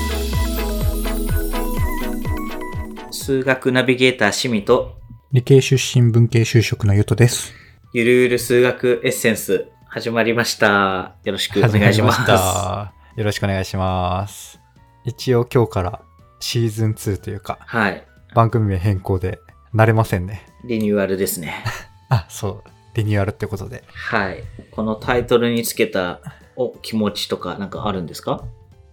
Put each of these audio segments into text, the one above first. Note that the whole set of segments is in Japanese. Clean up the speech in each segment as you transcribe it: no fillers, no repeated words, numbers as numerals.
数学ナビゲーターしみと理系出身文系就職のゆとです。 ゆるゆる数学エッセンス始まりました。よろしくお願いします。 よろしくお願いします。一応今日からシーズン2というか、 はい、 番組名変更で慣れませんね。 リニューアルですね。 あ、そう、リニューアルってことで。 はい。このタイトルにつけた気持ちとかなんかあるんですか？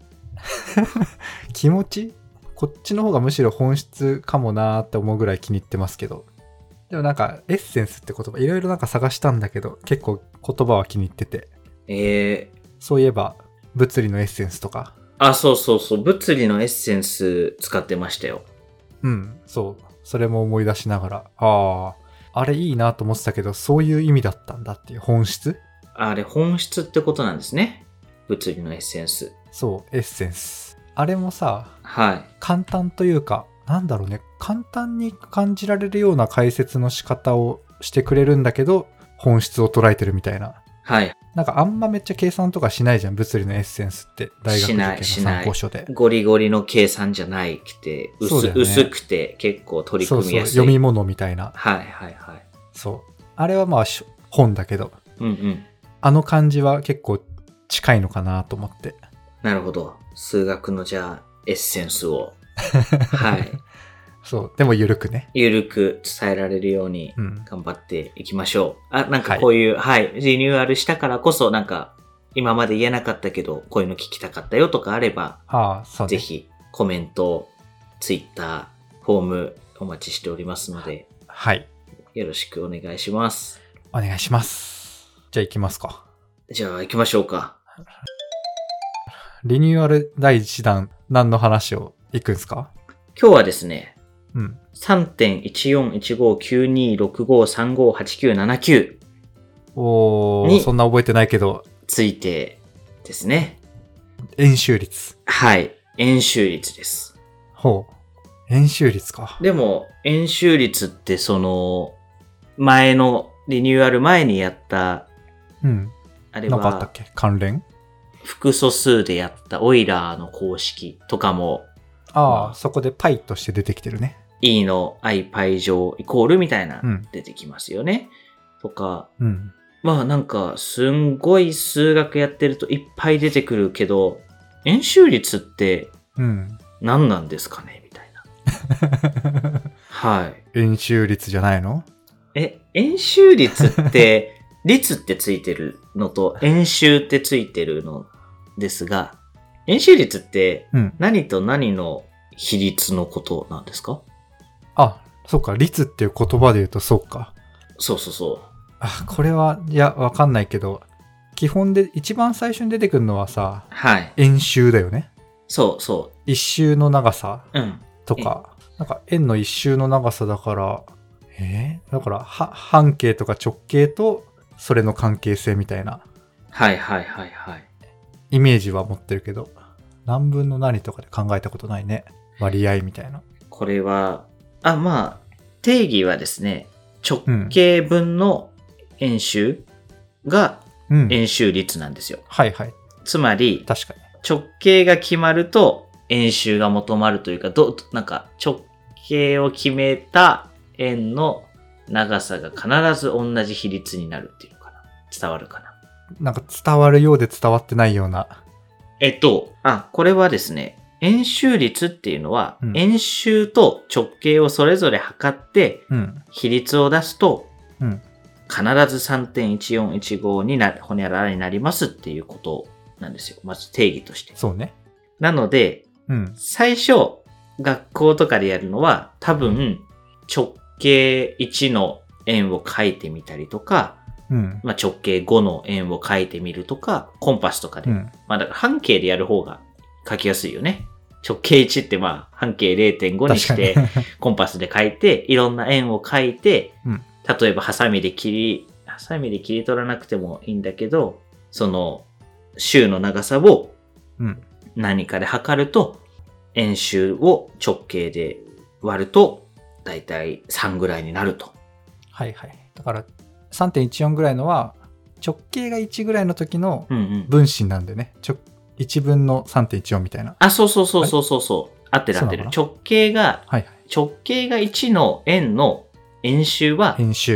気持ち？こっちの方がむしろ本質かもなーって思うぐらい気に入ってますけど。でもなんかエッセンスって言葉いろいろなんか探したんだけど、結構言葉は気に入ってて。そういえば物理のエッセンスとか。 あ、そうそうそう。物理のエッセンス使ってましたよ。 うん、そう。それも思い出しながら、あれいいなと思ってたけど、そういう意味だったんだっていう本質？ あれ本質ってことなんですね。物理のエッセンス。 そう、エッセンス。あれもさ、 はい。 簡単というか、なんだろうね、簡単に感じられるような解説の仕方をしてくれるんだけど、本質を捉えてるみたいな。 はい。 なんかあんまめっちゃ計算とかしないじゃん、物理のエッセンスって。大学受験の参考書で。 ゴリゴリの計算じゃないくて、薄くて結構取り組みやすい。 そう、読み物みたいな。 はいはいはい。 そう。あれはまあ本だけど、 うんうん。 あの感じは結構近いのかなと思って。 なるほど。数学のじゃあエッセンスを。はい。 そう。でも緩くね。 緩く伝えられるように頑張っていきましょう。なんかこういう、はい、リニューアルしたからこそ、なんか今まで言えなかったけど、こういうの聞きたかったよとかあれば、 そうね、 ぜひコメント、ツイッター、フォームお待ちしておりますので、 はい。 よろしくお願いします。 お願いします。じゃあ行きますか。 じゃあ行きましょうか。 リニューアル第1弾、何の話を行くんすか？ 今日はですね、 3.14159265358979 そんな覚えてないけどついてですね。 円周率。 はい、円周率です。 ほう、円周率か。 でも円周率ってその前のリニューアル前にやった、あれはなんかあったっけ？関連？ 複素数でやったオイラーの公式とかも、 そこで π として出てきてるね。 E の i π乗イコールみたいな出てきますよね。とか、まあなんかすんごい数学やってるといっぱい出てくるけど、円周率って何なんですかねみたいな。はい。 円周率じゃないの？ 円周率って率ってついてるのと円周ってついてるのですが、円周率って何と何の比率のことなんですか？ そうか、率っていう言葉で言うとそうか。 そうそうそう。 これは、いや、わかんないけど、基本で一番最初に出てくるのはさ、 はい。 円周だよね。 そうそう。 一周の長さとか、なんか円の一周の長さだから、だから半径とか直径とそれの関係性みたいな。 はいはいはいはい。 イメージは持ってるけど、何分の何とかで考えたことないね。割合みたいな。 これは、まあ、定義はですね、直径分の円周が円周率なんですよ。 はいはい。 つまり、 確かに直径が決まると円周が求まるというか、なんか直径を決めた円の長さが必ず同じ比率になるっていうのかな。伝わるかな。 なんか伝わるようで伝わってないような。 これはですね、円周率っていうのは、円周と直径をそれぞれ測って、比率を出すと、必ず 3.1415 にほにゃららになりますっていうことなんですよ。まず定義として。 そうね。 なので、最初、学校とかでやるのは、多分、直径1の円を書いてみたりとか、直径5の円を書いてみるとか、コンパスとかで。だから半径でやる方が書きやすいよね。直径1って半径 0.5 にして、コンパスで書いて、いろんな円を書いて、例えばハサミで切り取らなくてもいいんだけど、その周の長さを何かで測ると、円周を直径で割ると、だいたい3ぐらいになると。 はいはい。だから 3.14 ぐらいのは、直径が1ぐらいの時の分子なんでね。 1分の 3.14 みたいな。 あ、そう。合ってる。直径が1の円の円周は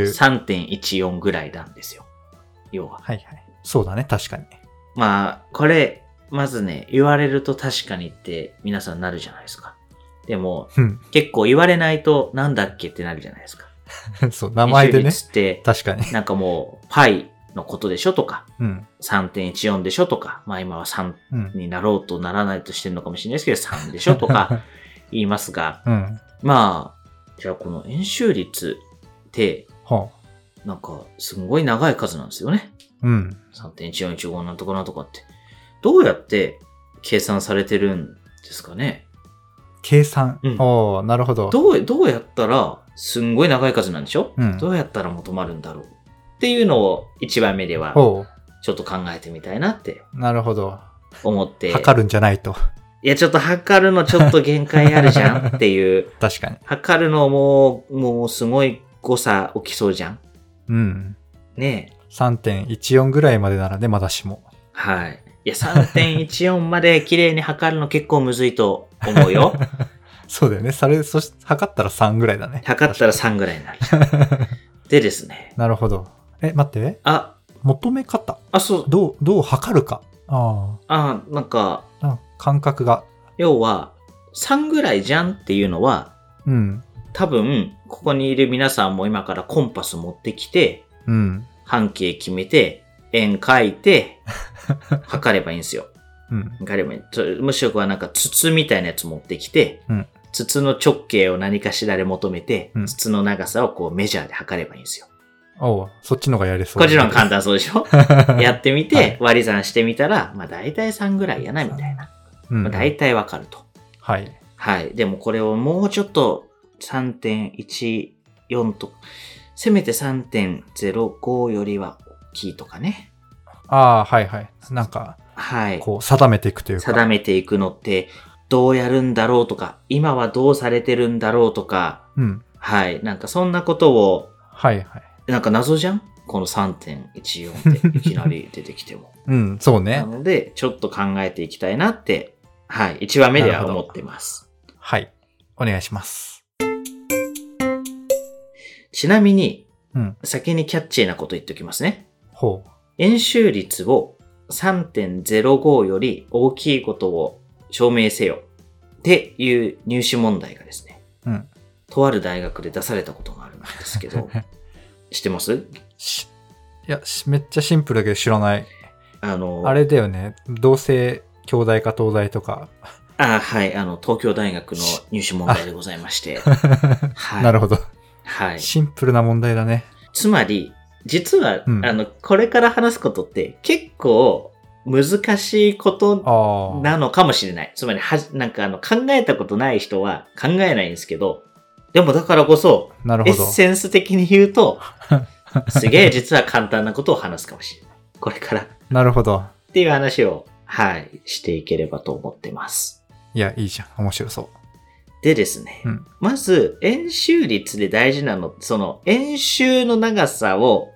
3.14 ぐらいなんですよ。要は。 はいはい。そうだね、確かに。 まあ、これ、まずね、言われると確かにって皆さんなるじゃないですか。でも、結構言われないとなんだっけってなるじゃないですか。 そう、名前でね。 円周率って、 確かに。 なんかもう、パイのことでしょとか、3.14 でしょとか、まあ今は3になろうとならないとしてるのかもしれないですけど、3でしょとか言いますが、まあ、じゃあこの円周率って、なんかすんごい長い数なんですよね。3.1415 なんとかなんとかって。どうやって計算されてるんですかね？ 計算、なるほど。 どうやったら、すんごい長い数なんでしょ、どうやったら求まるんだろうっていうのを1番目では、ちょっと考えてみたいなって。 なるほど。 思って。 測るんじゃないと。 いや、ちょっと測るのちょっと限界あるじゃんっていう。 確かに。 測るのもうすごい誤差起きそうじゃん。ねえ。 3.14 ぐらいまでならね、まだしも。 はい。いや、3.14 まで綺麗に測るの結構むずいと思うよ。 そうだよね。測ったら3ぐらいだね。 測ったら3ぐらいになる。でですね。 なるほど。待って。求め方。 そう。 どう測るか。 なんか。 感覚が。 要は、3ぐらいじゃんっていうのは、多分、ここにいる皆さんも今からコンパス持ってきて、半径決めて、円書いて、測ればいいんですよ。測ればいい。むしろはなんか筒みたいなやつ持ってきて、筒の直径を何かしらで求めて、筒の長さをこうメジャーで測ればいいんですよ。 そっちのがやれそう。 こちらの簡単そうでしょやってみて、割り算してみたら、まあ大体3ぐらいやな、みたいな。まあ、大体わかると。 はい。 はい。でもこれをもうちょっと 3.14 と、せめて 3.05 よりは大きいとかね。 はいはい。なんか、こう定めていくというか。 定めていくのって、どうやるんだろうとか、今はどうされてるんだろうとか、はい。なんかそんなことを、なんか謎じゃん？この 3.14 っていきなり出てきても。 そうね。 なので、ちょっと考えていきたいなって、はい。1話目では思ってます。 はい。お願いします。 ちなみに、先にキャッチーなこと言っておきますね。 ほう。 円周率を 3.05 より大きいことを証明せよっていう入試問題がですね、とある大学で出されたことがあるんですけど、知ってます？ いや、めっちゃシンプルだけど知らない。あれだよね。同性兄弟か東大とか。 はい。東京大学の入試問題でございまして。 はい、なるほど。 はい。 シンプルな問題だね。 つまり、実は、これから話すことって結構難しいことなのかもしれない。つまり、なんか考えたことない人は考えないんですけど、でもだからこそ、エッセンス的に言うと、すげえ実は簡単なことを話すかもしれない。これから。 なるほど。 っていう話を、していければと思ってます。 いや、いいじゃん。面白そう。 でですね。まず、円周率で大事なの、その、円周の長さを、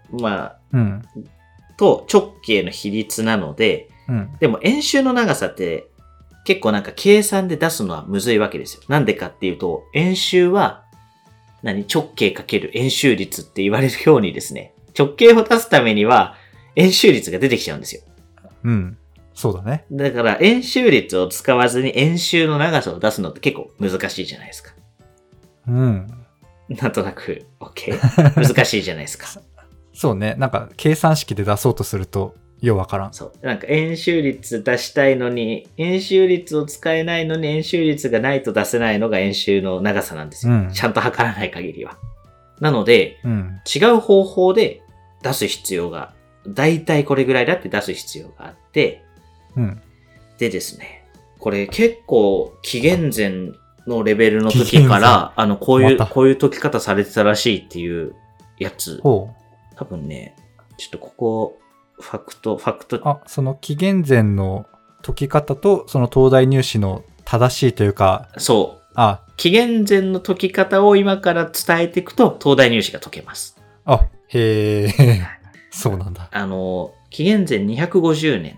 と直径の比率なので、でも円周の長さって、結構なんか計算で出すのはむずいわけですよ。なんでかっていうと、円周は、直径かける円周率って言われるようにですね、直径を出すためには、円周率が出てきちゃうんですよ。 そうだね。 だから、円周率を使わずに円周の長さを出すのって結構難しいじゃないですか。なんとなく、OK？ 難しいじゃないですか。 そうね。なんか、計算式で出そうとすると、ようわからん。 そう。なんか、円周率出したいのに、円周率を使えないのに、円周率がないと出せないのが円周の長さなんですよ。ちゃんと測らない限りは。なので、違う方法で出す必要が、だいたいこれぐらいだって出す必要があって、でですね、これ結構紀元前のレベルの時から、こういう解き方されてたらしいっていうやつ。多分ね、ちょっとここ、ファクト。 その紀元前の解き方と、その東大入試の正しいというか。 そう。紀元前の解き方を今から伝えていくと、東大入試が解けます。 へー。そうなんだ。 紀元前250年の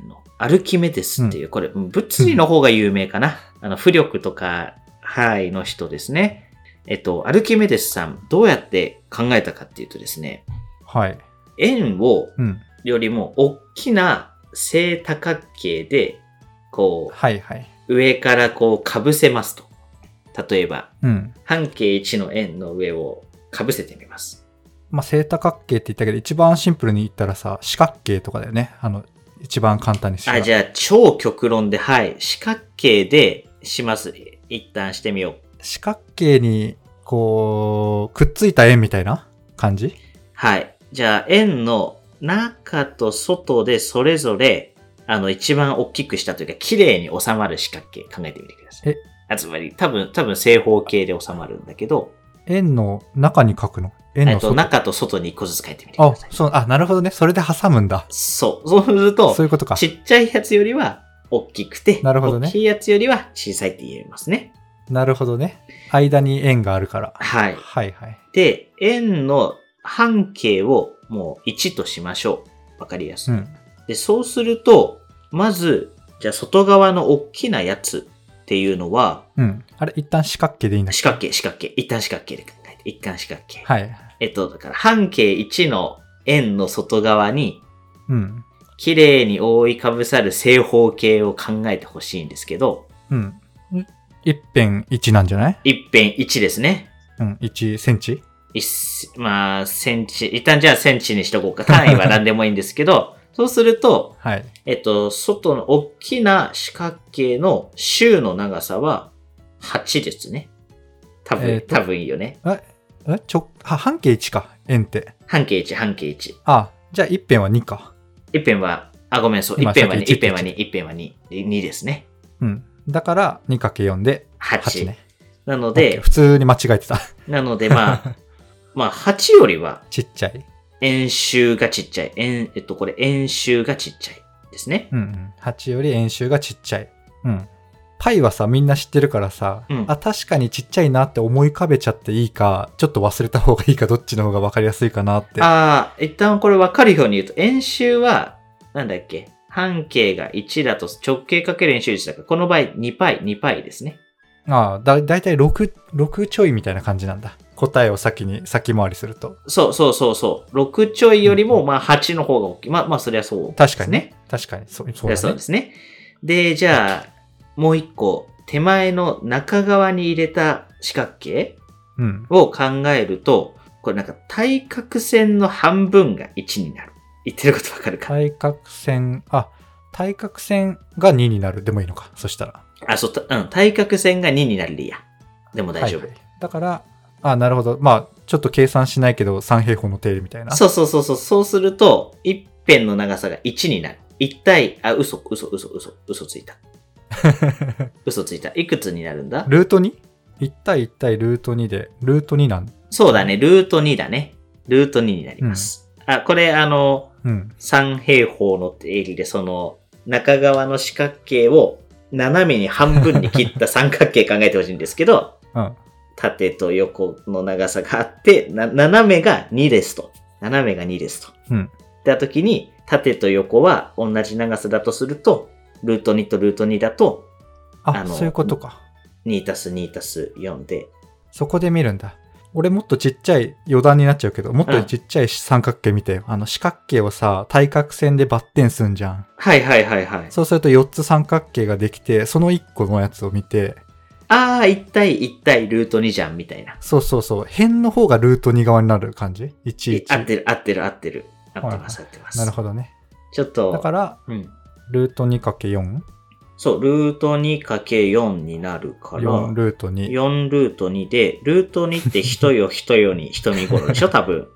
アルキメデスっていう、これ、物理の方が有名かな。浮力とか、の人ですね。アルキメデスさん、どうやって考えたかっていうとですね。 はい。 円を、よりも、大きな正多角形で、こう、 はいはい。 上からこう、被せますと。例えば、半径1の円の上を被せてみます。 まあ、正多角形って言ったけど、一番シンプルに言ったらさ、四角形とかだよね。一番簡単にしよう。 じゃあ、超極論で、四角形でします。一旦してみよう。 四角形に、こう、くっついた円みたいな感じ？ はい。じゃあ、円の中と外でそれぞれ、一番大きくしたというか、綺麗に収まる四角形考えてみてください。つまり、多分正方形で収まるんだけど。 円の中に書くの？円の外。 中と外に一個ずつ書いてみてください。 なるほどね。それで挟むんだ。 そうすると、 そういうことか。 ちっちゃいやつよりは大きくて、 なるほどね。 大きいやつよりは小さいって言えますね。 なるほどね。間に円があるから。 はい。 はいはい。 で、円の半径をもう1としましょう。わかりやすい。で、そうすると、まず、じゃあ外側の大きなやつっていうのは、 あれ、一旦四角形でいいんだっけ？ 四角形。一旦四角形で考えて。一旦四角形。 はい。 だから半径1の円の外側に、綺麗に覆いかぶさる正方形を考えてほしいんですけど、 一辺1なんじゃない？ 一辺1ですね。 1センチ？ センチ、一旦じゃあセンチにしとこうか。単位は何でもいいんですけど、そうすると、 はい。 外の大きな四角形の周の長さは8ですね。多分いいよね。 半径1か、円って。 半径1。 じゃあ一辺は2か。 一辺は、ごめん、そう、一辺は2ですね。 だから 2×4 で8ね。 なので、 普通に間違えてた。 なのでまあ8よりは、 ちっちゃい。 円周がちっちゃい。これ円周がちっちゃいですね。 8より円周がちっちゃい。パイはさ、みんな知ってるからさ、確かにちっちゃいなって思い浮かべちゃっていいか、ちょっと忘れた方がいいか、どっちの方が分かりやすいかなって。 一旦これ分かるように言うと、円周は、なんだっけ、半径が1だと直径かける円周率だから、この場合2パイですね。 だいたい6ちょいみたいな感じなんだ。答えを先回りすると。 そう。6ちょいよりも、8の方が大きい。そりゃそうですね。 確かに。そうだね。 そうですね。で、じゃあ、もう一個、手前の中側に入れた四角形を考えると、これなんか対角線の半分が1になる。言ってることわかるか？ 対角線が2になるでもいいのか。そしたら。 対角線が2になるでいいや。でも大丈夫。 だから、なるほど。ちょっと計算しないけど、三平方の定理みたいな。 そう。そうすると、一辺の長さが1になる。嘘ついた。嘘ついた。いくつになるんだ？ ルート 2？1 対1対ルート2で、ルート2なんそうだね。ルート2だね。ルート2になります。これ三平方の定理で、その、中側の四角形を斜めに半分に切った三角形考えてほしいんですけど、縦と横の長さがあって、斜めが2ですと。った時に、縦と横は同じ長さだとすると、ルート2とルート2だと、 そういうことか。 2たす2たす4で。 そこで見るんだ。俺もっとちっちゃい余談になっちゃうけど、もっとちっちゃい三角形見てよ。四角形をさ、対角線でバッテンすんじゃん。 はい。 そうすると4つ三角形ができて、その1個のやつを見て、 1対1対ルート2じゃん、みたいな。 そう。辺の方がルート2側になる感じ？ 1。 合ってる。合ってます。 なるほどね。 ちょっと。 だから、ルート 2×4？ そう、ルート 2×4 になるから。 4ルート2。 4ルート2で、ルート2って人よに人見頃でしょ、多分。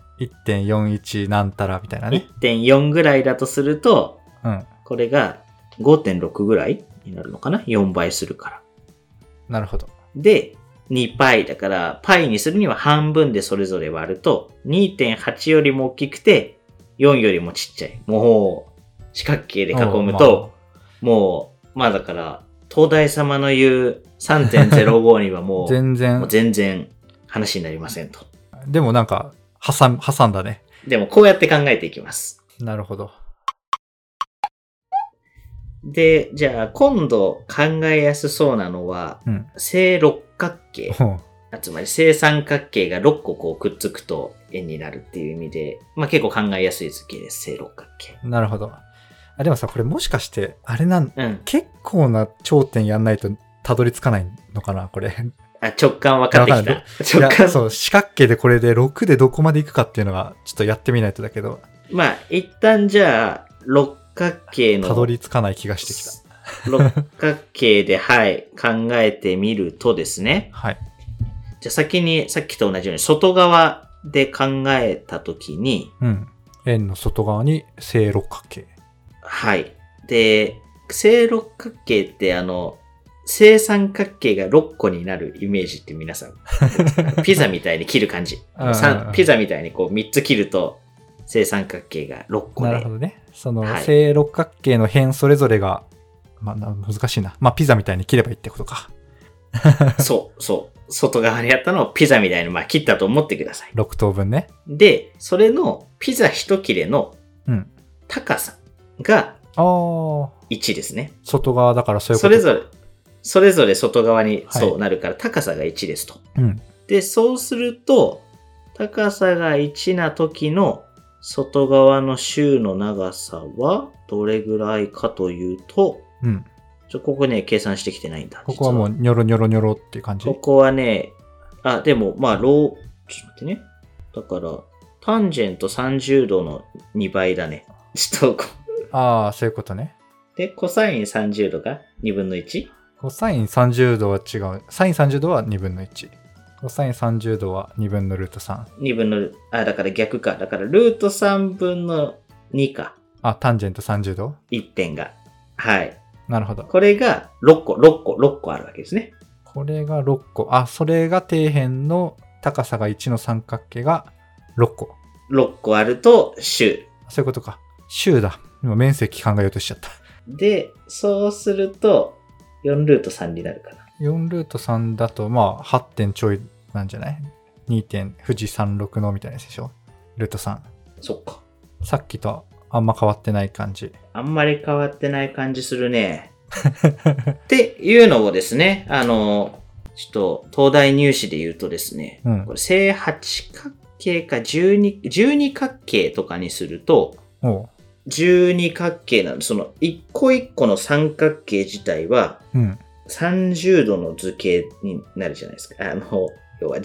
1.41 なんたらみたいなね。 1.4 ぐらいだとすると、これが 5.6 ぐらいになるのかな？ 4 倍するから。 なるほど。 で、2パイだから、パイにするには半分でそれぞれ割ると、2.8 よりも大きくて、4よりもちっちゃい。もう、四角形で囲むと、だから、東大様の言う 3.05 にはもう、全然話になりませんと。 でもなんか、挟んだね。 でもこうやって考えていきます。 なるほど。 で、じゃあ今度考えやすそうなのは、正六角形。つまり正三角形が6個こうくっつくと円になるっていう意味で、まあ結構考えやすい図形です。正六角形。 なるほど。でもさ、これもしかして、あれ結構な頂点やんないとたどり着かないのかな、これ。 直感分かってきた。 直感。そう、四角形でこれで6でどこまで行くかっていうのが、ちょっとやってみないとだけど。 まあ、一旦じゃあ、六角形の。 たどり着かない気がしてきた。 六角形で、はい、考えてみるとですね。 はい。 じゃあ先に、さっきと同じように、外側で考えたときに。 円の外側に正六角形。 はい。で、正六角形って正三角形が6個になるイメージって皆さん、ピザみたいに切る感じ。ピザみたいにこう3つ切ると、正三角形が6個で。 なるほどね。その、正六角形の辺それぞれが、まあ難しいな。まあピザみたいに切ればいいってことか。 そう。外側にあったのをピザみたいに切ったと思ってください。 6等分ね。 で、それのピザ1切れの高さが1ですね。 外側だからそういうこと。 それぞれ外側にそうなるから高さが1ですと。で、そうすると、高さが1な時の外側の周の長さはどれぐらいかというと、ここね、計算してきてないんだ。 ここはもうニョロニョロニョロっていう感じ？ ここはね、でも、ちょっと待ってね。だから、タンジェント30度の2倍だね。そういうことね。 で、コサイン30度が2分の 1？ コサイン30度は違う。サイン30度は2分の1。コサイン30度は2分のルート3。 2分の、だから逆か。だからルート3分の2か。 タンジェント30度？ 一辺が。はい。 なるほど。 これが6個あるわけですね。 これが6個。それが底辺の高さが1の三角形が6個。 6個あると周。 そういうことか。周だ。今面積考えようとしちゃった。 で、そうすると4ルート3になるかな。 4ルート3だと8点ちょいなんじゃない？ 2 点富士36のみたいなやつでしょ？ルート3。 そっか。さっきとあんま変わってない感じ。 あんまり変わってない感じするね。っていうのをですね、ちょっと東大入試で言うとですね、これ正八角形か12角形とかにすると、12角形なので、その一個一個の三角形自体は、30度の図形になるじゃないですか。要は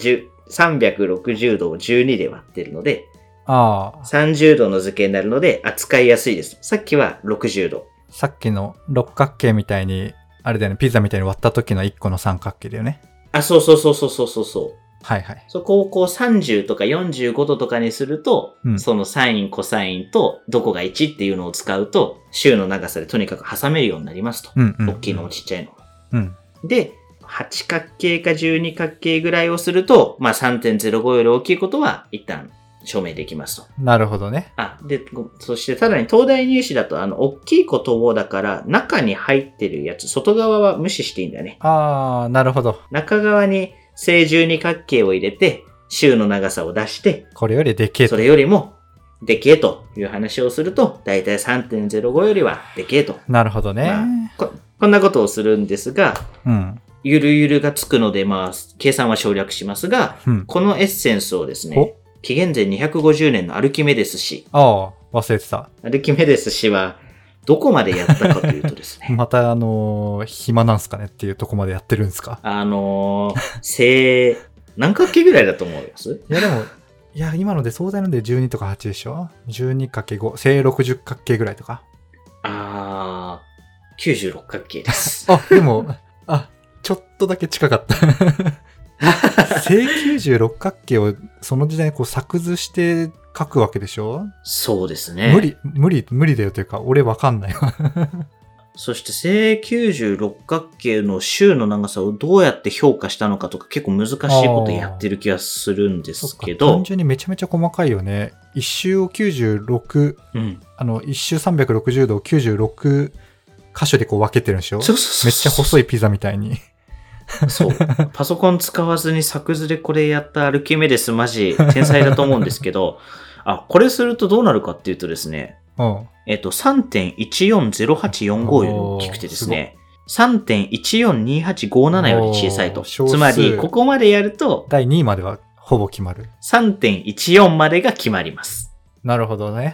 360度を12で割ってるので、30度の図形になるので扱いやすいです。さっきは60度。 さっきの六角形みたいに、あれだよね、ピザみたいに割った時の1個の三角形だよね。 そう。 はいはい。 そこをこう30とか45度とかにすると、そのサイン、コサインとどこが1っていうのを使うと、周の長さでとにかく挟めるようになりますと。大きいのもちっちゃいの。で、8角形か12角形ぐらいをすると、3.05 より大きいことは一旦証明できますと。 なるほどね。 で、そしてさらに東大入試だと大きいことをだから中に入ってるやつ、外側は無視していいんだね。 なるほど。 中側に正12角形を入れて、周の長さを出して、 これよりでけえと。 それよりもでけえという話をすると、だいたい 3.05 よりはでけえと。 なるほどね。 こんなことをするんですが、ゆるゆるがつくので、計算は省略しますが、このエッセンスをですね、紀元前250年のアルキメデス氏。 忘れてた。 アルキメデス氏は、どこまでやったかというとですね。 また暇なんすかねっていうとこまでやってるんですか？ 何角形ぐらいだと思います？ いや、今ので相対ので12とか8でしょ？ 12×5、正60角形ぐらいとか。 96角形です。 でも、ちょっとだけ近かった。正96角形をその時代に作図して書くわけでしょ？ そうですね。 無理だよというか、俺わかんないわ。 そして正96角形の周の長さをどうやって評価したのかとか結構難しいことやってる気がするんですけど。 単純にめちゃめちゃ細かいよね。一周を96、一周360度を96箇所で分けてるんでしょ？めっちゃ細いピザみたいに。 そう。パソコン使わずに作図でこれやったアルキメデスマジ天才だと思うんですけど、これするとどうなるかっていうとですね、 3.140845 より大きくてですね、3.142857 より小さいと。つまり、ここまでやると、 第2位まではほぼ決まる。 3.14 までが決まります。 なるほどね。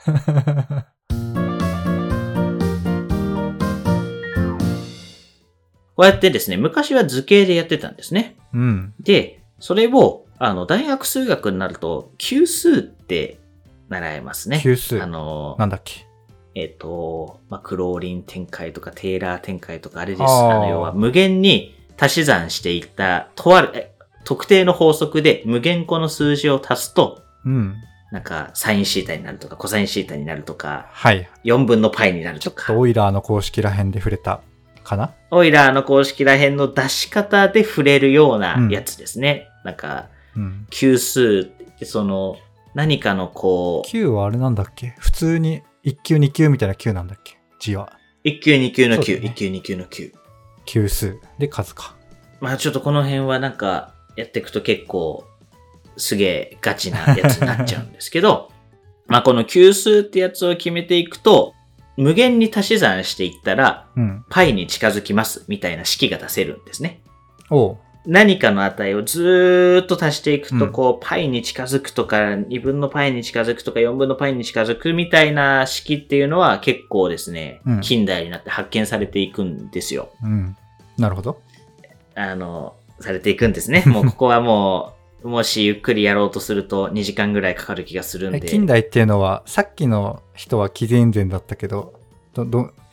こうやってですね、昔は図形でやってたんですね。 うん。 で、それを、大学数学になると、級数って習えますね。 級数。なんだっけ。 クローリン展開とかテーラー展開とかあれです。要は無限に足し算していった、特定の法則で無限個の数字を足すと、 うん。 なんか、サインシータになるとか、コサインシータになるとか、 はい。 4分のパイになるとか。 ちょっとオイラーの公式ら辺で触れたかな？ オイラーの公式ら辺の出し方で触れるようなやつですね。なんか、級数って言って、何かの級はあれなんだっけ？普通に1級2級みたいな級なんだっけ？字は。 1級2級の級、1級2級の級。 級数で数か。 まあちょっとこの辺はなんか、やっていくと結構、すげえガチなやつになっちゃうんですけど、まあこの級数ってやつを決めていくと、無限に足し算していったら、パイに近づきますみたいな式が出せるんですね。何かの値をずーっと足していくと、パイに近づくとか、2分のパイに近づくとか、4分のパイに近づくみたいな式っていうのは結構ですね、近代になって発見されていくんですよ。 なるほど。 されていくんですね。もうここはもしゆっくりやろうとすると2時間ぐらいかかる気がするんで。 近代っていうのは、さっきの人は紀元前だったけど、 もう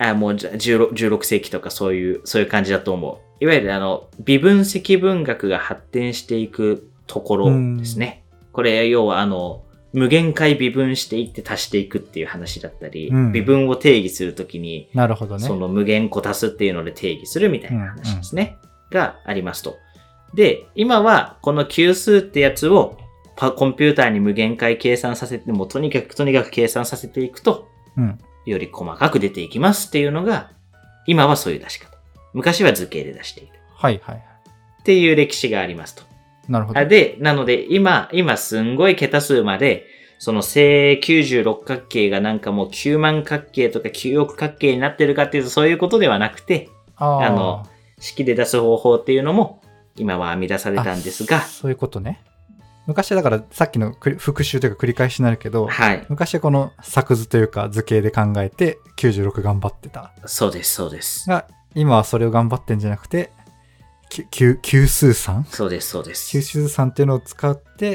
16世紀とかそういう感じだと思う。いわゆる微分積分学が発展していくところですね。これ要は無限回微分していって足していくっていう話だったり、微分を定義するときに、 なるほどね。 その無限個足すっていうので定義するみたいな話ですね。がありますと。で、今はこの級数ってやつをコンピューターに無限回計算させて、もうとにかく計算させていくと、より細かく出ていきますっていうのが、今はそういう出し方。昔は図形で出している。っていう歴史がありますと。 なるほど。 なので今すんごい桁数まで、その正96角形がなんかもう9万角形とか9億角形になってるかっていうとそういうことではなくて、式で出す方法っていうのも今は編み出されたんですが。 そういうことね。昔だからさっきの復習というか繰り返しになるけど、昔はこの作図というか図形で考えて96頑張ってた。 そうです、そうです。 が、今はそれを頑張ってんじゃなくて、級数算？ そうです、そうです。 級数算っていうのを使って、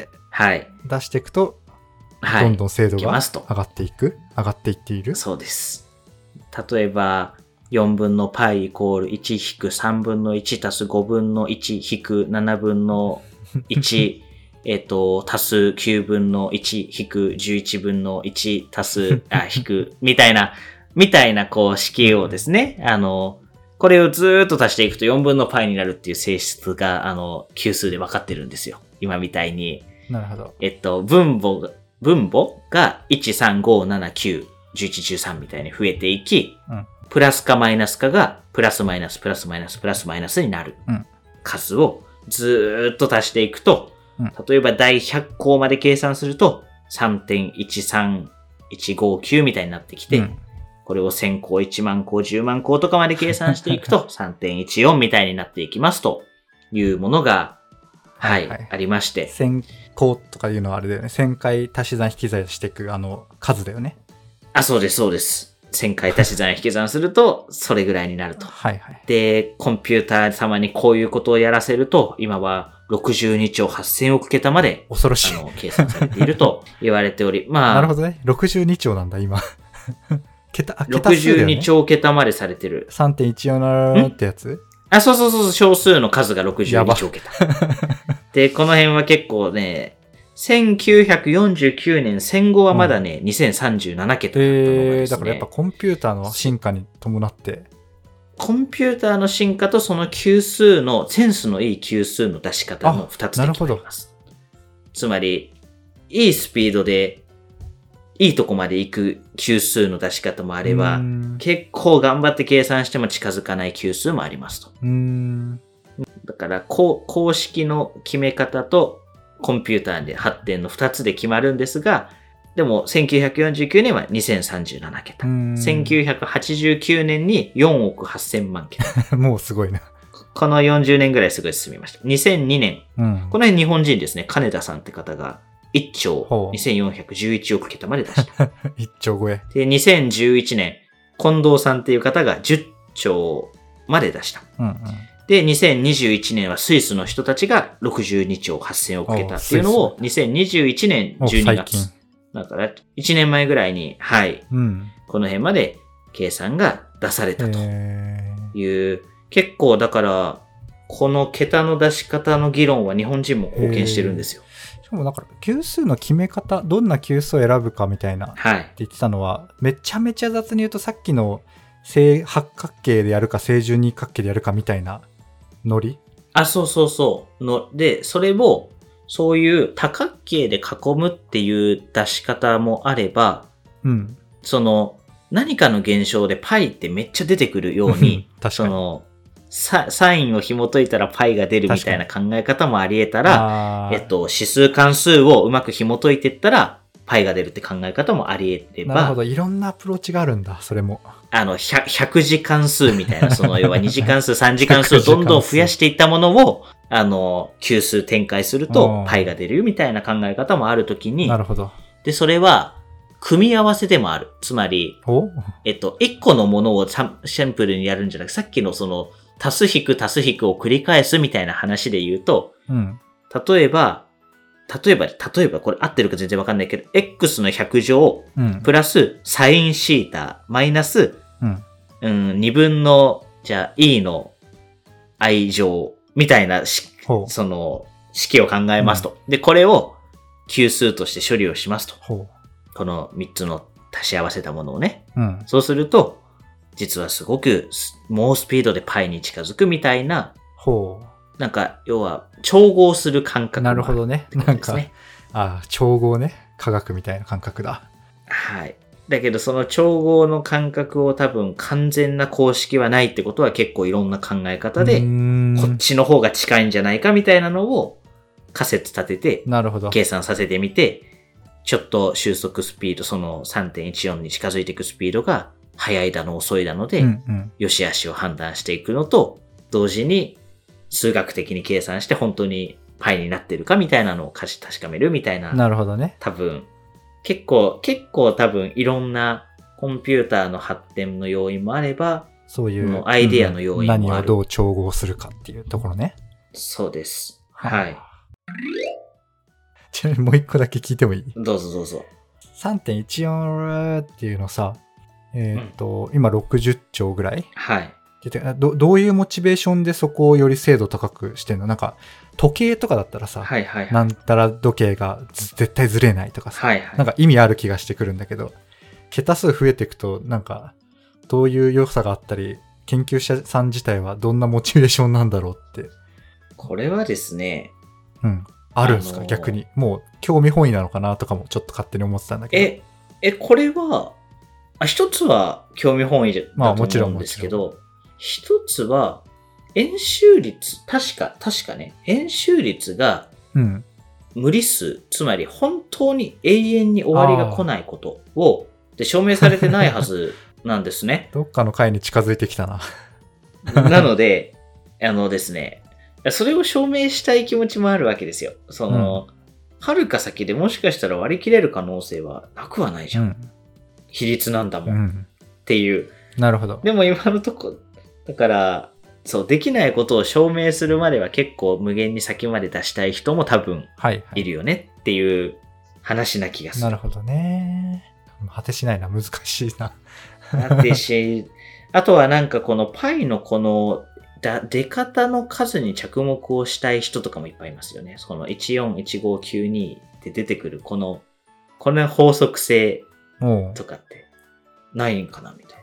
出していくと、どんどん精度が上がっていっている。 そうです。例えば、4分の π イコール1引く3分の1足す5分の1引く7分の1足す9分の1引く11分の1足す、引く、みたいな式をですね、これをずーっと足していくと4分の π になるっていう性質が、級数で分かってるんですよ。今みたいに。 なるほど。 分母が1、3、5、7、9、11、13みたいに増えていき、プラスかマイナスかがプラスマイナスプラスマイナスプラスマイナスになる数をずーっと足していくと、例えば第100項まで計算すると 3.13159 みたいになってきて、これを1000項、1万項、10万項とかまで計算していくと 3.14 みたいになっていきますというものが、ありまして。 1000項とかいうのはあれだよね。1000回足し算引き算していく数だよね。 そうです、そうです。1000回足し算引き算すると、それぐらいになると。で、コンピューター様にこういうことをやらせると、今は62兆8000億桁まで、 恐ろしい。 計算されていると言われており、 なるほどね。62兆なんだ、今。桁数だよね。 62兆桁までされてる。 3.147 ってやつ？ そう、小数の数が62兆桁。で、この辺は結構ね、1949年戦後はまだね、2037桁だったのがですね。 だからやっぱコンピューターの進化に伴って。 コンピューターの進化とその級数の、センスのいい級数の出し方の2つで決まります。つまり、いいスピードで、いいとこまで行く級数の出し方もあれば、結構頑張って計算しても近づかない級数もありますと。だから、公式の決め方と、コンピューターで発展の2つで決まるんですが、 でも、1949年は2037桁。1989年に4億8000万桁。 もうすごいな。 この40年ぐらいすごい進みました。2002年。この辺日本人ですね。金田さんって方が1兆2411億桁まで出した。 1兆超え。 で、2011年、近藤さんっていう方が10兆まで出した。で、2021年はスイスの人たちが62兆8000億桁っていうのを2021年12月。だから1年前ぐらいに、はい、この辺まで計算が出されたという、結構だから、この桁の出し方の議論は日本人も貢献してるんですよ。 しかもだから、級数の決め方、どんな級数を選ぶかみたいな、って言ってたのは、めちゃめちゃ雑に言うとさっきの正八角形でやるか正十二角形でやるかみたいなノリ？ そうそうそう。で、それを、そういう多角形で囲むっていう出し方もあれば、その、何かの現象でパイってめっちゃ出てくるように、その、サインを紐解いたらパイが出るみたいな考え方もあり得たら、指数関数をうまく紐解いていったら、パイが出るって考え方もあり得れば。 なるほど。いろんなアプローチがあるんだ、それも。 100次関数みたいな、その要は2次関数、3次関数をどんどん増やしていったものを、級数展開すると、パイが出るみたいな考え方もあるときに、 なるほど。 で、それは、組み合わせでもある。つまり、1個のものをシンプルにやるんじゃなくて、さっきのその、足す引く足す引くを繰り返すみたいな話で言うと、例えば、これ合ってるか全然わかんないけど、x の100乗、プラスサインシータ、マイナス、2分の、じゃあ e の i 乗、みたいな、その、式を考えますと。で、これを級数として処理をしますと。この3つの足し合わせたものをね。そうすると、実はすごく猛スピードでパイに近づくみたいな、なんか、要は、調合する感覚、 なるほどね。なんか、調合ね。科学みたいな感覚だ。 はい。だけど、その調合の感覚を多分完全な公式はないってことは結構いろんな考え方で、こっちの方が近いんじゃないかみたいなのを仮説立てて、 なるほど。 計算させてみて、ちょっと収束スピード、その 3.14 に近づいていくスピードが速いだの遅いだので、良し悪しを判断していくのと、同時に数学的に計算して本当にパイになってるかみたいなのを確かめるみたいな。 なるほどね。 多分、結構多分いろんなコンピューターの発展の要因もあれば、 そういうアイディアの要因もある。 何をどう調合するかっていうところね。 そうです。はい。 ちなみにもう一個だけ聞いてもいい？ どうぞどうぞ。 3.14 っていうのさ、今60兆ぐらい？ はい。 どういうモチベーションでそこをより精度高くしてんの？なんか、時計とかだったらさ、なんたら時計が絶対ずれないとかさ、なんか意味ある気がしてくるんだけど、桁数増えていくと、なんか、どういう良さがあったり、研究者さん自体はどんなモチベーションなんだろうって。 これはですね、 あるんですか、逆に。もう、興味本位なのかなとかもちょっと勝手に思ってたんだけど。これは、一つは興味本位だと思うんですけど、一つは、円周率、確かね、円周率が、無理数、つまり本当に永遠に終わりが来ないことを、で証明されてないはずなんですね。 どっかの回に近づいてきたな。 なので、ですね、それを証明したい気持ちもあるわけですよ。その、遥か先でもしかしたら割り切れる可能性はなくはないじゃん。比率なんだもん。っていう。 なるほど。 でも今のとこ、だから、そう、できないことを証明するまでは結構無限に先まで出したい人も多分いるよねっていう話な気がする。 なるほどね。果てしないな、難しいな。 あとはなんかこのパイのこの出方の数に着目をしたい人とかもいっぱいいますよね。その141592って出てくるこの法則性とかってないんかなみたい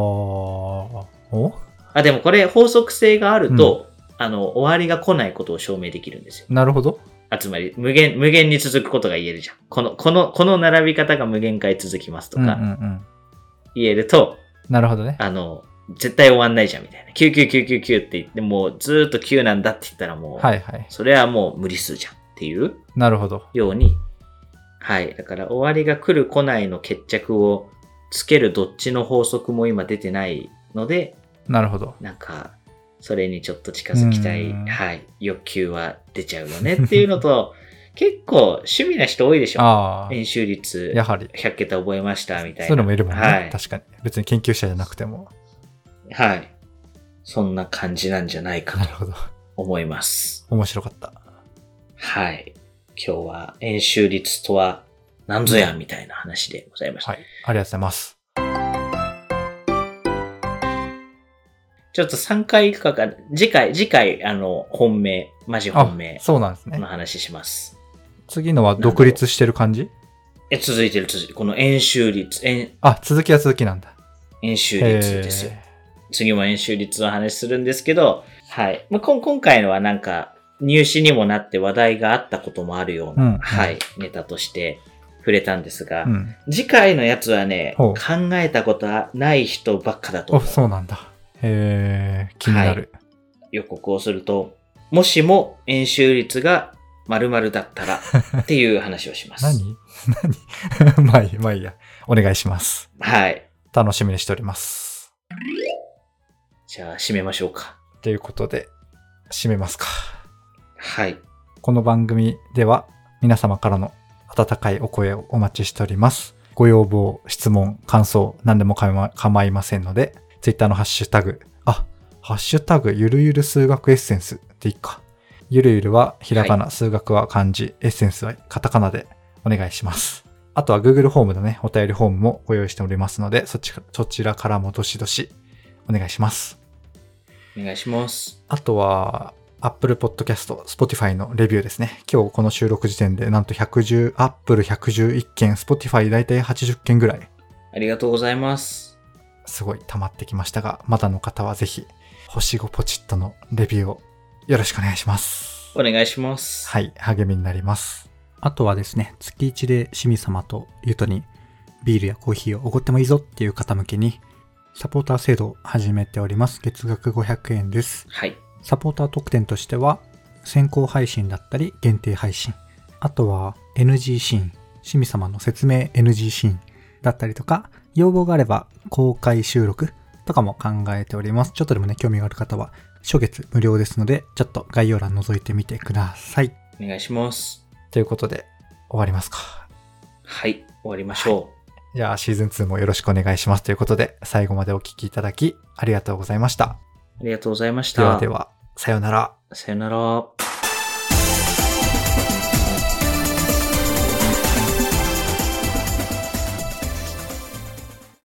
な。でもこれ法則性があると、終わりが来ないことを証明できるんですよ。 なるほど。 つまり無限に続くことが言えるじゃん。この並び方が無限回続きますとか、言えると、 なるほどね。 絶対終わんないじゃんみたいな。99999って言ってもうずーっと9なんだって言ったらもう、それはもう無理数じゃんっていう。 なるほど。 ようにはい。だから終わりが来る来ないの決着をつけるどっちの法則も今出てないので、 なるほど。 なんか、それにちょっと近づきたい、はい、欲求は出ちゃうよねっていうのと、結構趣味な人多いでしょ。円周率。 やはり。 100桁覚えましたみたいな。 そういうのもいるもんね。はい、確かに。別に研究者じゃなくても。 はい。そんな感じなんじゃないかと思います。 面白かった。 はい。今日は円周率とは何ぞやみたいな話でございました。 はい。ありがとうございます。 ちょっと3回行くか、次回、本命、マジ本命。 そうなんですね。 の話します。 次のは独立してる感じ？ 続いてる。この円周率。 続きは続きなんだ。 円周率ですよ。次も円周率の話するんですけど、はい。まあ、今回のはなんか、入試にもなって話題があったこともあるような、はい、ネタとして触れたんですが、次回のやつはね、考えたことない人ばっかだと思う。 そうなんだ。気になる、 はい。予告をすると、もしも円周率が〇〇だったらっていう話をします。 何まあいいや。お願いします。 はい。 楽しみにしております。 じゃあ、締めましょうか。 ということで、締めますか。 はい。 この番組では皆様からの温かいお声をお待ちしております。ご要望、質問、感想、何でも構いませんので、Twitter のハッシュタグ、ハッシュタグゆるゆる数学エッセンスでいいか。ゆるゆるはひらがな、はい、数学は漢字、エッセンスはカタカナでお願いします。あとは Google フォームのね、お便りフォームもご用意しておりますので、そちらからもどしどしお願いします。 お願いします。 あとは、Apple Podcast、Spotify のレビューですね。今日この収録時点でなんとApple 111件、Spotify だいたい80件ぐらい。 ありがとうございます。 すごい溜まってきましたが、まだの方はぜひ、星5ポチッとのレビューをよろしくお願いします。 お願いします。 はい、励みになります。あとはですね、月1でしみ様とゆうとにビールやコーヒーをおごってもいいぞっていう方向けに、サポーター制度を始めております。月額500円です。 はい。 サポーター特典としては、先行配信だったり限定配信、あとは NG シーン、しみ様の説明 NG シーンだったりとか、要望があれば公開収録とかも考えております。ちょっとでもね、興味がある方は初月無料ですので、ちょっと概要欄覗いてみてください。 お願いします。 ということで、終わりますか。 はい、終わりましょう。はい、 じゃあシーズン2もよろしくお願いしますということで、最後までお聞きいただきありがとうございました。 ありがとうございました。 ではでは、さようなら。 さようなら。